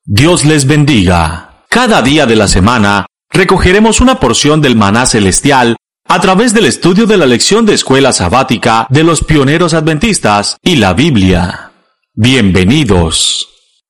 Dios les bendiga. Cada día de la semana recogeremos una porción del maná celestial a través del estudio de la lección de escuela sabática de los pioneros adventistas y la Biblia. Bienvenidos.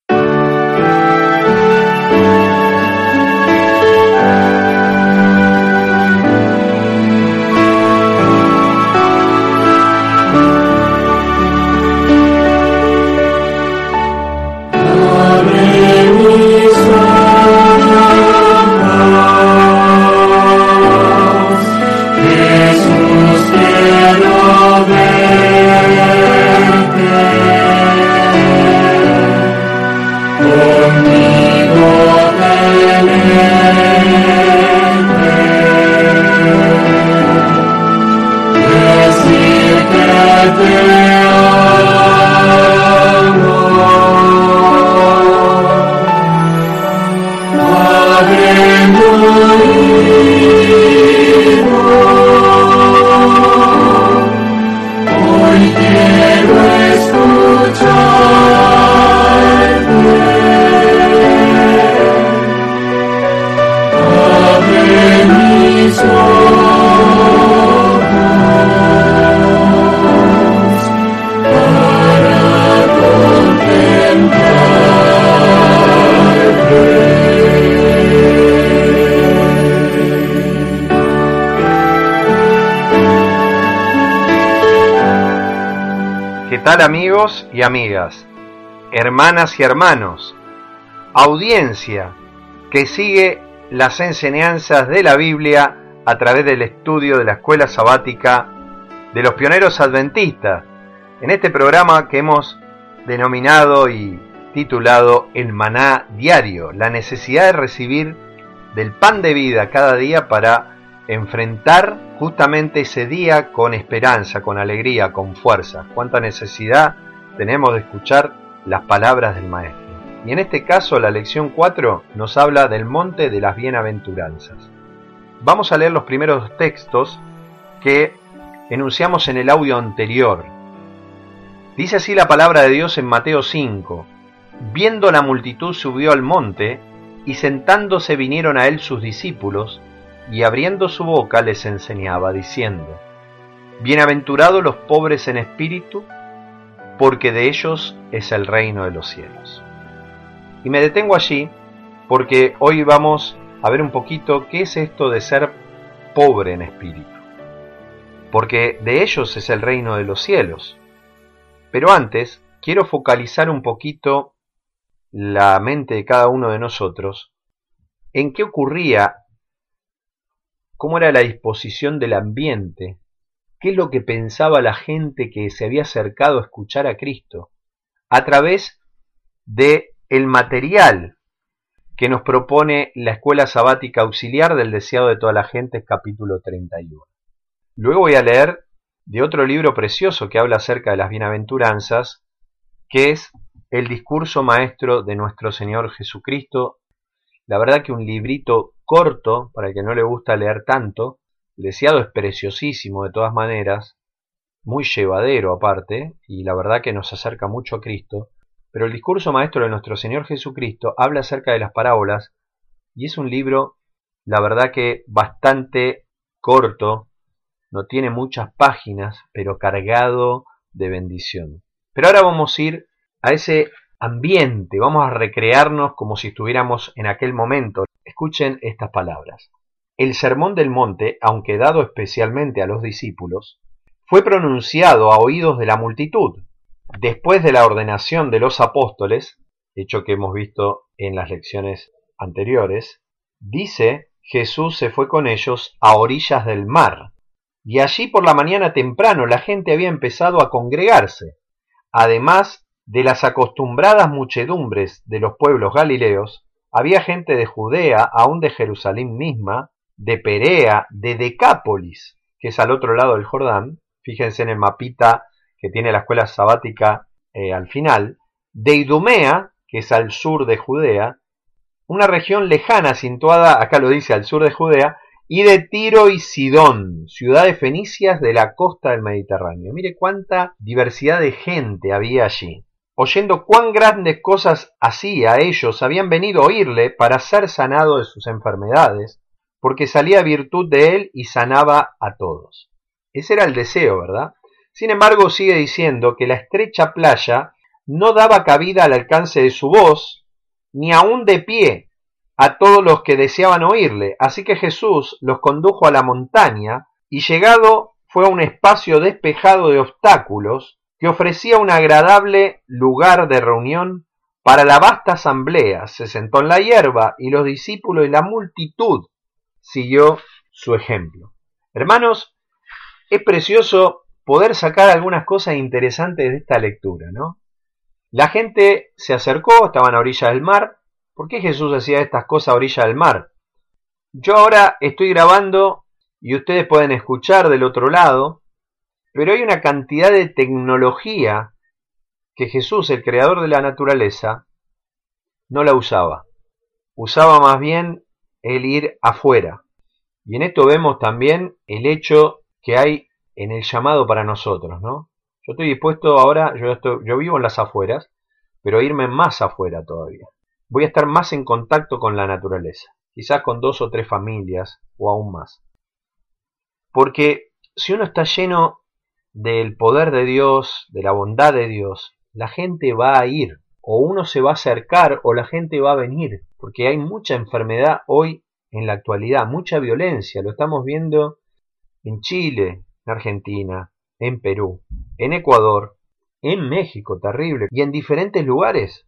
¿Qué tal, amigos y amigas, hermanas y hermanos, audiencia que sigue las enseñanzas de la Biblia a través del estudio de la escuela sabática de los pioneros adventistas, en este programa que hemos denominado y titulado El Maná Diario, la necesidad de recibir del pan de vida cada día para enfrentar justamente ese día con esperanza, con alegría, con fuerza. Cuánta necesidad tenemos de escuchar las palabras del Maestro. Y en este caso la lección 4 nos habla del monte de las bienaventuranzas. Vamos a leer los primeros textos que enunciamos en el audio anterior. Dice así la palabra de Dios en Mateo 5. Viendo la multitud subió al monte, y sentándose vinieron a él sus discípulos, y abriendo su boca les enseñaba, diciendo: Bienaventurados los pobres en espíritu, porque de ellos es el reino de los cielos. Y me detengo allí, porque hoy vamos a ver un poquito qué es esto de ser pobre en espíritu. Porque de ellos es el reino de los cielos. Pero antes, quiero focalizar un poquito la mente de cada uno de nosotros en qué ocurría, cómo era la disposición del ambiente, qué es lo que pensaba la gente que se había acercado a escuchar a Cristo, a través de el material que nos propone la Escuela Sabática Auxiliar del Deseado de toda la Gente, capítulo 31. Luego voy a leer de otro libro precioso que habla acerca de las bienaventuranzas, que es el discurso maestro de nuestro Señor Jesucristo. La verdad que un librito corto, para el que no le gusta leer tanto. El Deseado es preciosísimo de todas maneras, muy llevadero aparte, y la verdad que nos acerca mucho a Cristo. Pero el discurso maestro de nuestro Señor Jesucristo habla acerca de las parábolas, y es un libro, la verdad que bastante corto, no tiene muchas páginas, pero cargado de bendición. Pero ahora vamos a ir a ese ambiente, vamos a recrearnos como si estuviéramos en aquel momento. Escuchen estas palabras. El sermón del monte, aunque dado especialmente a los discípulos, fue pronunciado a oídos de la multitud. Después de la ordenación de los apóstoles, hecho que hemos visto en las lecciones anteriores, dice, Jesús se fue con ellos a orillas del mar, y allí por la mañana temprano la gente había empezado a congregarse. Además de las acostumbradas muchedumbres de los pueblos galileos, había gente de Judea, aún de Jerusalén misma, de Perea, de Decápolis, que es al otro lado del Jordán, fíjense en el mapita que tiene la escuela sabática al final, de Idumea, que es al sur de Judea, una región lejana situada, acá lo dice, al sur de Judea, y de Tiro y Sidón, ciudades fenicias de la costa del Mediterráneo. Mire cuánta diversidad de gente había allí. oyendo cuán grandes cosas hacía, ellos habían venido a oírle para ser sanado de sus enfermedades, porque salía virtud de él y sanaba a todos. Ese era el deseo, ¿verdad? Sin embargo, sigue diciendo que la estrecha playa no daba cabida al alcance de su voz, ni aun de pie, a todos los que deseaban oírle. Así que Jesús los condujo a la montaña, y llegado fue a un espacio despejado de obstáculos, que ofrecía un agradable lugar de reunión para la vasta asamblea. Se sentó en la hierba, y los discípulos y la multitud siguió su ejemplo. Hermanos, es precioso poder sacar algunas cosas interesantes de esta lectura, ¿no? La gente se acercó, estaban a orilla del mar. ¿Por qué Jesús hacía estas cosas a orilla del mar? Yo ahora estoy grabando y ustedes pueden escuchar del otro lado, pero hay una cantidad de tecnología que Jesús, el creador de la naturaleza, no la usaba. Usaba más bien el ir afuera. Y en esto vemos también el hecho que hay en el llamado para nosotros, ¿no? Yo estoy dispuesto ahora, yo vivo en las afueras, pero irme más afuera todavía. Voy a estar más en contacto con la naturaleza, quizás con 2 o 3 familias o aún más. Porque si uno está lleno del poder de Dios, de la bondad de Dios, la gente va a ir, o uno se va a acercar, o la gente va a venir, porque hay mucha enfermedad hoy en la actualidad, mucha violencia, lo estamos viendo en Chile, en Argentina, en Perú, en Ecuador, en México, terrible, y en diferentes lugares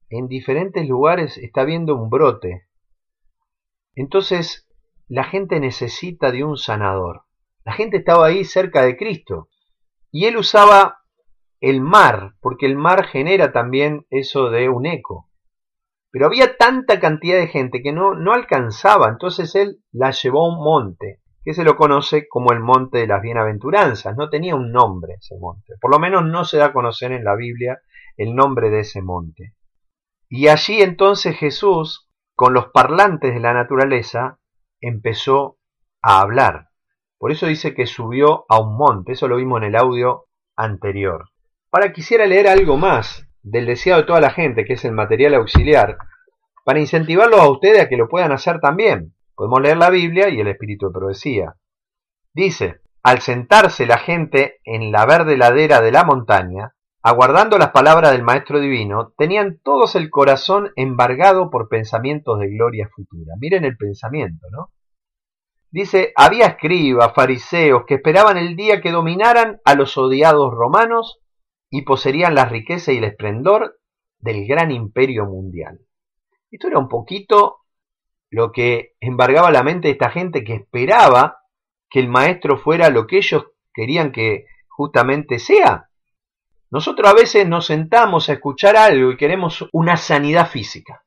está habiendo un brote. Entonces, la gente necesita de un sanador. La gente estaba ahí cerca de Cristo, y él usaba el mar, porque el mar genera también eso de un eco. Pero había tanta cantidad de gente que no alcanzaba, entonces él la llevó a un monte, que se lo conoce como el monte de las bienaventuranzas. No tenía un nombre ese monte, por lo menos no se da a conocer en la Biblia el nombre de ese monte. Y allí entonces Jesús, con los parlantes de la naturaleza, empezó a hablar. Por eso dice que subió a un monte, eso lo vimos en el audio anterior. Ahora quisiera leer algo más del deseado de toda la gente, que es el material auxiliar, para incentivarlos a ustedes a que lo puedan hacer también. Podemos leer la Biblia y el espíritu de profecía. Dice: al sentarse la gente en la verde ladera de la montaña, aguardando las palabras del Maestro Divino, tenían todos el corazón embargado por pensamientos de gloria futura. Miren el pensamiento, ¿no? Dice: había escribas, fariseos, que esperaban el día que dominaran a los odiados romanos y poseerían la riqueza y el esplendor del gran imperio mundial. Esto era un poquito lo que embargaba la mente de esta gente que esperaba que el maestro fuera lo que ellos querían que justamente sea. Nosotros a veces nos sentamos a escuchar algo y queremos una sanidad física,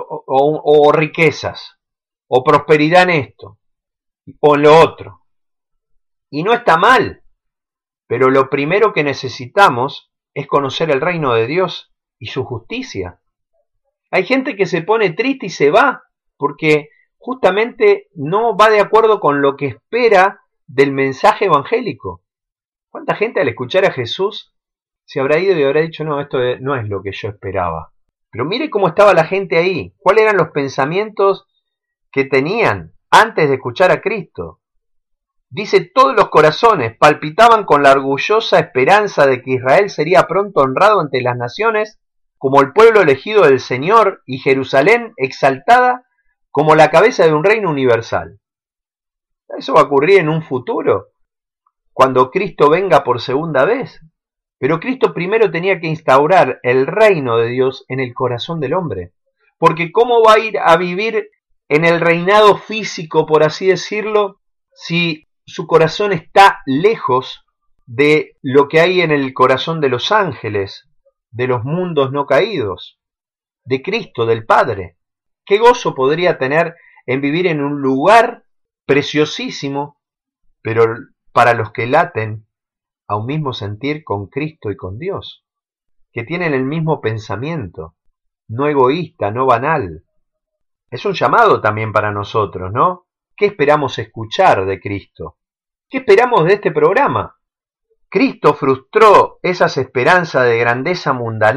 o riquezas, o prosperidad en esto, o en lo otro. Y no está mal, pero lo primero que necesitamos es conocer el reino de Dios y su justicia. Hay gente que se pone triste y se va, porque justamente no va de acuerdo con lo que espera del mensaje evangélico. ¿Cuánta gente al escuchar a Jesús se habrá ido y habrá dicho: no, esto no es lo que yo esperaba? Pero mire cómo estaba la gente ahí, cuáles eran los pensamientos que tenían antes de escuchar a Cristo. Dice: todos los corazones palpitaban con la orgullosa esperanza de que Israel sería pronto honrado ante las naciones como el pueblo elegido del Señor, y Jerusalén exaltada como la cabeza de un reino universal. Eso va a ocurrir en un futuro, cuando Cristo venga por segunda vez. Pero Cristo primero tenía que instaurar el reino de Dios en el corazón del hombre. Porque ¿cómo va a ir a vivir en el reinado físico, por así decirlo, si su corazón está lejos de lo que hay en el corazón de los ángeles, de los mundos no caídos, de Cristo, del Padre? ¿Qué gozo podría tener en vivir en un lugar preciosísimo, pero para los que laten a un mismo sentir con Cristo y con Dios, que tienen el mismo pensamiento, no egoísta, no banal? Es un llamado también para nosotros, ¿no? ¿Qué esperamos escuchar de Cristo? ¿Qué esperamos de este programa? Cristo frustró esas esperanzas de grandeza mundanal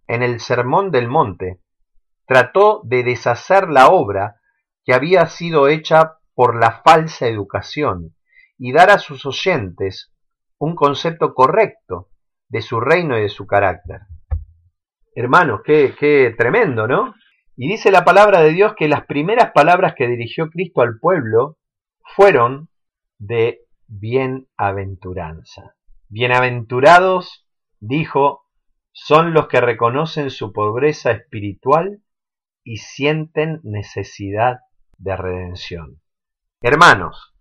en el Sermón del Monte, trató de deshacer la obra que había sido hecha por la falsa educación y dar a sus oyentes un concepto correcto de su reino y de su carácter. Hermanos, qué tremendo, ¿no? Y dice la palabra de Dios que las primeras palabras que dirigió Cristo al pueblo fueron de bienaventuranza. Bienaventurados, dijo, son los que reconocen su pobreza espiritual y sienten necesidad de redención. Hermanos,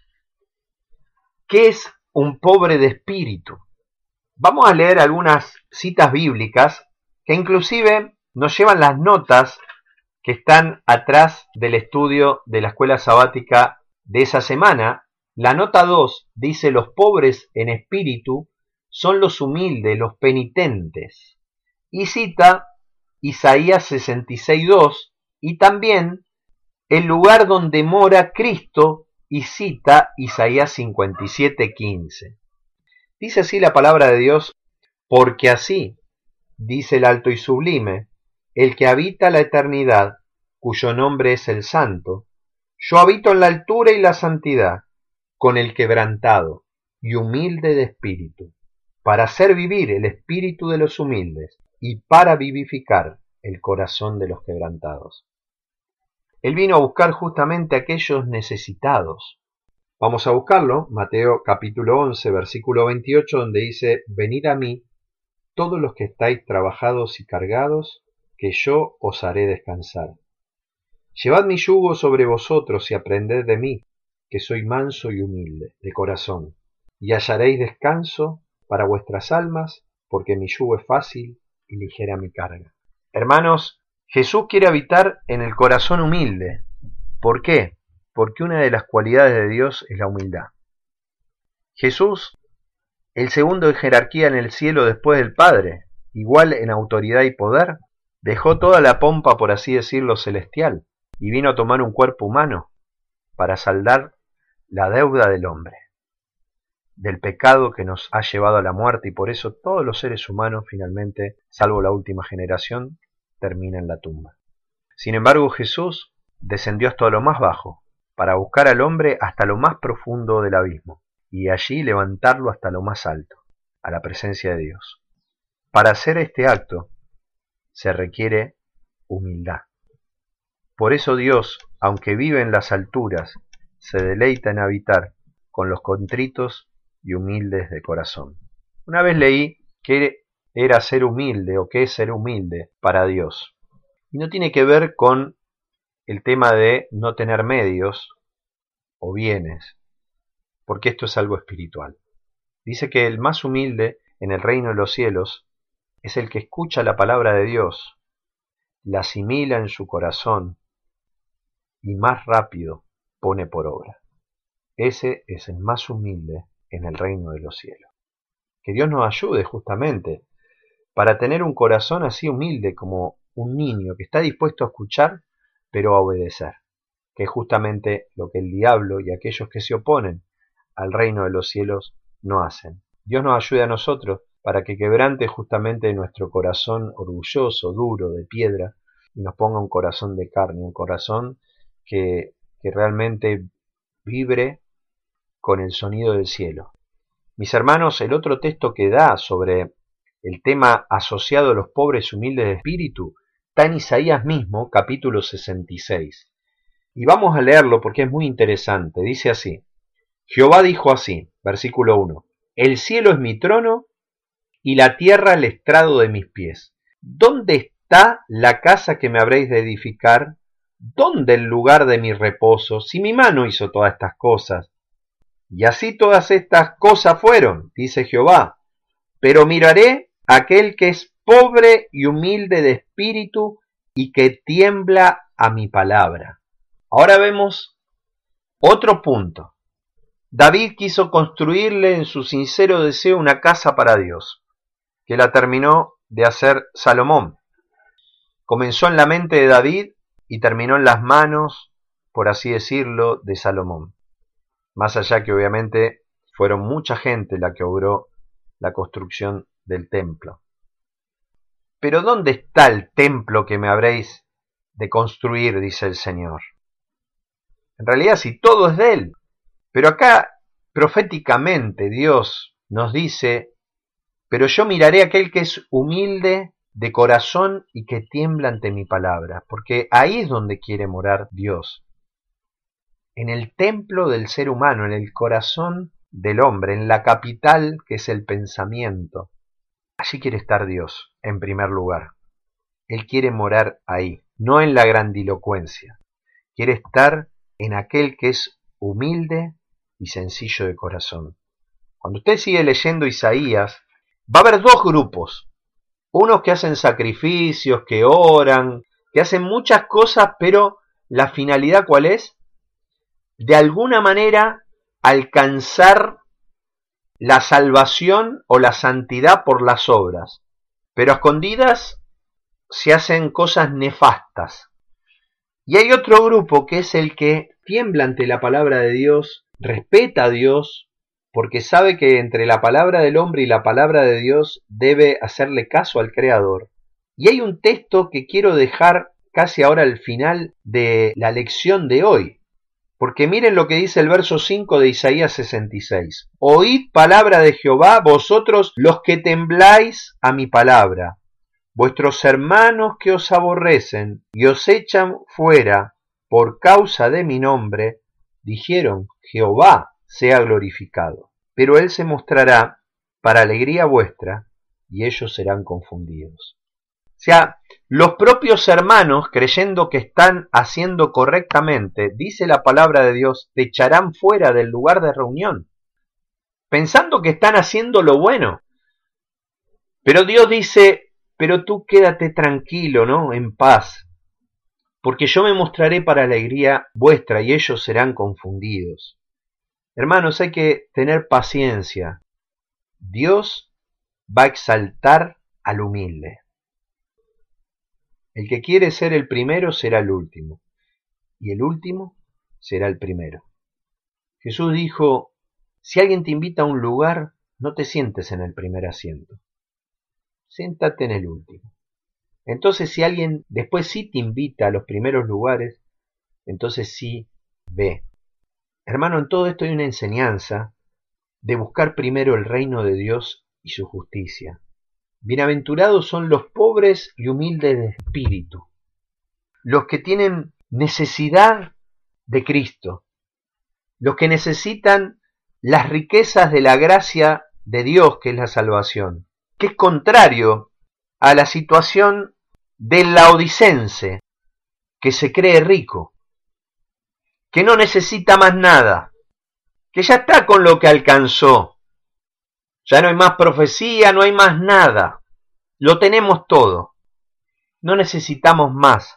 ¿qué es un pobre de espíritu? Vamos a leer algunas citas bíblicas que inclusive nos llevan las notas que están atrás del estudio de la escuela sabática de esa semana. La nota 2 dice: los pobres en espíritu son los humildes, los penitentes. Y cita Isaías 66:2 y también el lugar donde mora Cristo, y cita Isaías 57:15. Dice así la palabra de Dios: porque así dice el alto y sublime, el que habita la eternidad, cuyo nombre es el Santo, yo habito en la altura y la santidad, con el quebrantado y humilde de espíritu, para hacer vivir el espíritu de los humildes y para vivificar el corazón de los quebrantados. Él vino a buscar justamente a aquellos necesitados. Vamos a buscarlo, Mateo capítulo 11, versículo 28, donde dice: venid a mí, todos los que estáis trabajados y cargados, que yo os haré descansar. Llevad mi yugo sobre vosotros y aprended de mí, que soy manso y humilde de corazón, y hallaréis descanso para vuestras almas, porque mi yugo es fácil y ligera mi carga. Hermanos, Jesús quiere habitar en el corazón humilde. ¿Por qué? Porque una de las cualidades de Dios es la humildad. Jesús, el segundo en jerarquía en el cielo después del Padre, igual en autoridad y poder, dejó toda la pompa, por así decirlo, celestial, y vino a tomar un cuerpo humano para saldar la deuda del hombre, del pecado que nos ha llevado a la muerte, y por eso todos los seres humanos finalmente, salvo la última generación, terminan en la tumba. Sin embargo, Jesús descendió hasta lo más bajo, para buscar al hombre hasta lo más profundo del abismo, y allí levantarlo hasta lo más alto, a la presencia de Dios. Para hacer este acto se requiere humildad. Por eso Dios, aunque vive en las alturas, se deleita en habitar con los contritos y humildes de corazón. Una vez leí qué era ser humilde o qué es ser humilde para Dios. Y no tiene que ver con el tema de no tener medios o bienes, porque esto es algo espiritual. Dice que el más humilde en el reino de los cielos es el que escucha la palabra de Dios, la asimila en su corazón y más rápido pone por obra. Ese es el más humilde en el reino de los cielos. Que Dios nos ayude justamente para tener un corazón así humilde como un niño que está dispuesto a escuchar pero a obedecer, que es justamente lo que el diablo y aquellos que se oponen al reino de los cielos no hacen. Dios nos ayude a nosotros para que quebrante justamente nuestro corazón orgulloso, duro, de piedra, y nos ponga un corazón de carne, un corazón que realmente vibre con el sonido del cielo. Mis hermanos, el otro texto que da sobre el tema asociado a los pobres humildes de espíritu está en Isaías mismo, capítulo 66. Y vamos a leerlo porque es muy interesante. Dice así: Jehová dijo así, versículo 1: el cielo es mi trono y la tierra el estrado de mis pies. ¿Dónde está la casa que me habréis de edificar? ¿Dónde el lugar de mi reposo? Si mi mano hizo todas estas cosas. Y así todas estas cosas fueron, dice Jehová. Pero miraré a aquel que es pobre y humilde de espíritu y que tiembla a mi palabra. Ahora vemos otro punto. David quiso construirle en su sincero deseo una casa para Dios, que la terminó de hacer Salomón. Comenzó en la mente de David y terminó en las manos, por así decirlo, de Salomón. Más allá que obviamente fueron mucha gente la que obró la construcción del templo. pero ¿dónde está el templo que me habréis de construir?, dice el Señor. En realidad, si todo es de Él. Pero acá, proféticamente, Dios nos dice: pero yo miraré a aquel que es humilde de corazón y que tiembla ante mi palabra, porque ahí es donde quiere morar Dios, en el templo del ser humano, en el corazón del hombre, en la capital que es el pensamiento. Allí quiere estar Dios, en primer lugar. Él quiere morar ahí, no en la grandilocuencia. Quiere estar en aquel que es humilde y sencillo de corazón. Cuando usted sigue leyendo Isaías, va a haber dos grupos. Unos que hacen sacrificios, que oran, que hacen muchas cosas, pero la finalidad ¿cuál es? De alguna manera alcanzar la salvación o la santidad por las obras. Pero a escondidas se hacen cosas nefastas. Y hay otro grupo que es el que tiembla ante la palabra de Dios, respeta a Dios, porque sabe que entre la palabra del hombre y la palabra de Dios debe hacerle caso al Creador. Y hay un texto que quiero dejar casi ahora al final de la lección de hoy, porque miren lo que dice el verso 5 de Isaías 66. Oíd palabra de Jehová, vosotros los que tembláis a mi palabra, vuestros hermanos que os aborrecen y os echan fuera por causa de mi nombre, dijeron: Jehová sea glorificado. Pero él se mostrará para alegría vuestra, y ellos serán confundidos. O sea, los propios hermanos, creyendo que están haciendo correctamente, dice la palabra de Dios, te echarán fuera del lugar de reunión, pensando que están haciendo lo bueno. Pero Dios dice: pero tú quédate tranquilo, ¿no?, en paz, porque yo me mostraré para alegría vuestra, y ellos serán confundidos. Hermanos, hay que tener paciencia. Dios va a exaltar al humilde. El que quiere ser el primero será el último, y el último será el primero. Jesús dijo: si alguien te invita a un lugar, no te sientes en el primer asiento, siéntate en el último. Entonces, si alguien después sí te invita a los primeros lugares, entonces sí ve. Hermano, en todo esto hay una enseñanza de buscar primero el reino de Dios y su justicia. Bienaventurados son los pobres y humildes de espíritu, los que tienen necesidad de Cristo, los que necesitan las riquezas de la gracia de Dios, que es la salvación, que es contrario a la situación del laodicense, que se cree rico, que no necesita más nada, que ya está con lo que alcanzó. Ya no hay más profecía, no hay más nada. Lo tenemos todo. No necesitamos más.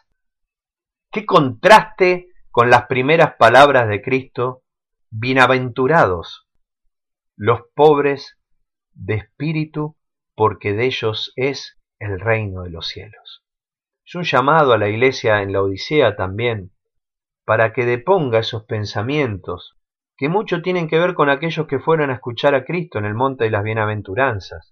Qué contraste con las primeras palabras de Cristo: bienaventurados los pobres de espíritu, porque de ellos es el reino de los cielos. Es un llamado a la iglesia en la Odisea también, para que deponga esos pensamientos que mucho tienen que ver con aquellos que fueron a escuchar a Cristo en el monte de las bienaventuranzas,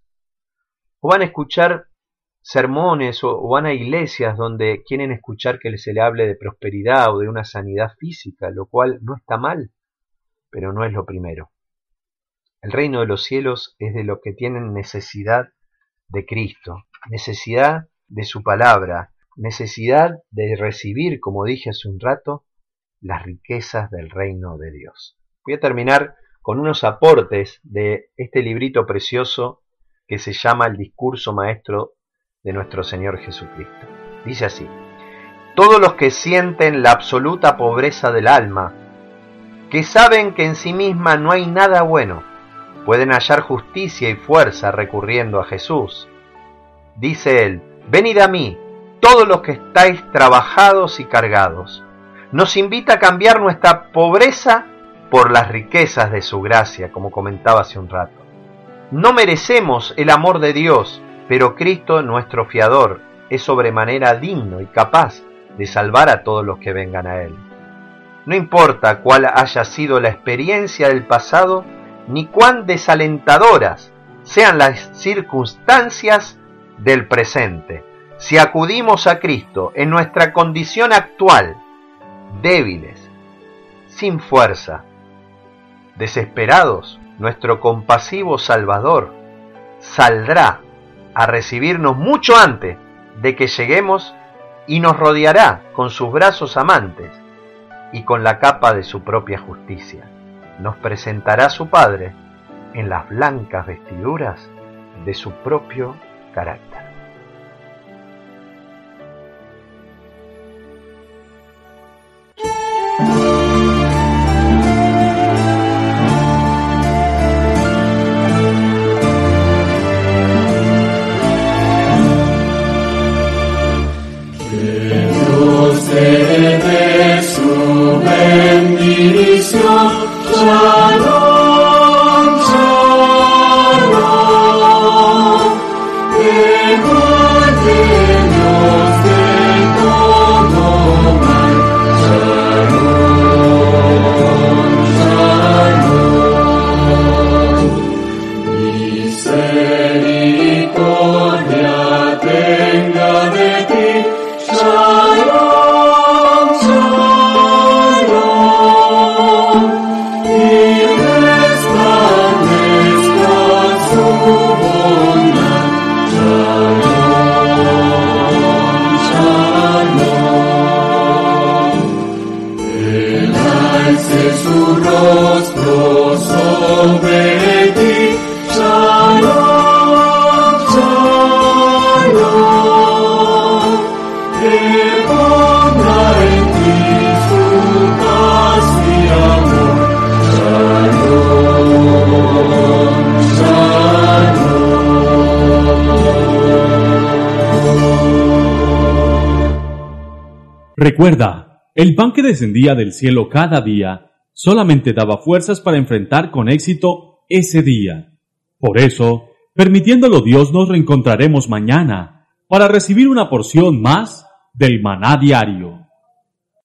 o van a escuchar sermones o van a iglesias donde quieren escuchar que se le hable de prosperidad o de una sanidad física, lo cual no está mal, pero no es lo primero. El reino de los cielos es de los que tienen necesidad de Cristo, necesidad de su palabra, necesidad de recibir, como dije hace un rato, las riquezas del reino de Dios. Voy a terminar con unos aportes de este librito precioso que se llama El discurso maestro de nuestro Señor Jesucristo. Dice así: todos los que sienten la absoluta pobreza del alma, que saben que en sí misma no hay nada bueno, pueden hallar justicia y fuerza recurriendo a Jesús. Dice él: venid a mí, todos los que estáis trabajados y cargados. Nos invita a cambiar nuestra pobreza por las riquezas de su gracia, como comentaba hace un rato. No merecemos el amor de Dios, pero Cristo, nuestro fiador, es sobremanera digno y capaz de salvar a todos los que vengan a Él. No importa cuál haya sido la experiencia del pasado, ni cuán desalentadoras sean las circunstancias, del presente. Si acudimos a Cristo en nuestra condición actual, débiles, sin fuerza, desesperados, nuestro compasivo Salvador saldrá a recibirnos mucho antes de que lleguemos y nos rodeará con sus brazos amantes y con la capa de su propia justicia. Nos presentará a su Padre en las blancas vestiduras de su propio carácter. De su bendición, shalom, shalom, que guardemos de todo mal, shalom, shalom, misericordia tenga de ti, shalom. Su rostro sobre ti, shalom, shalom, que ponga en ti su paz y amor, shalom, shalom. Recuerda, el pan que descendía del cielo cada día solamente daba fuerzas para enfrentar con éxito ese día. Por eso, permitiéndolo Dios, nos reencontraremos mañana para recibir una porción más del maná diario.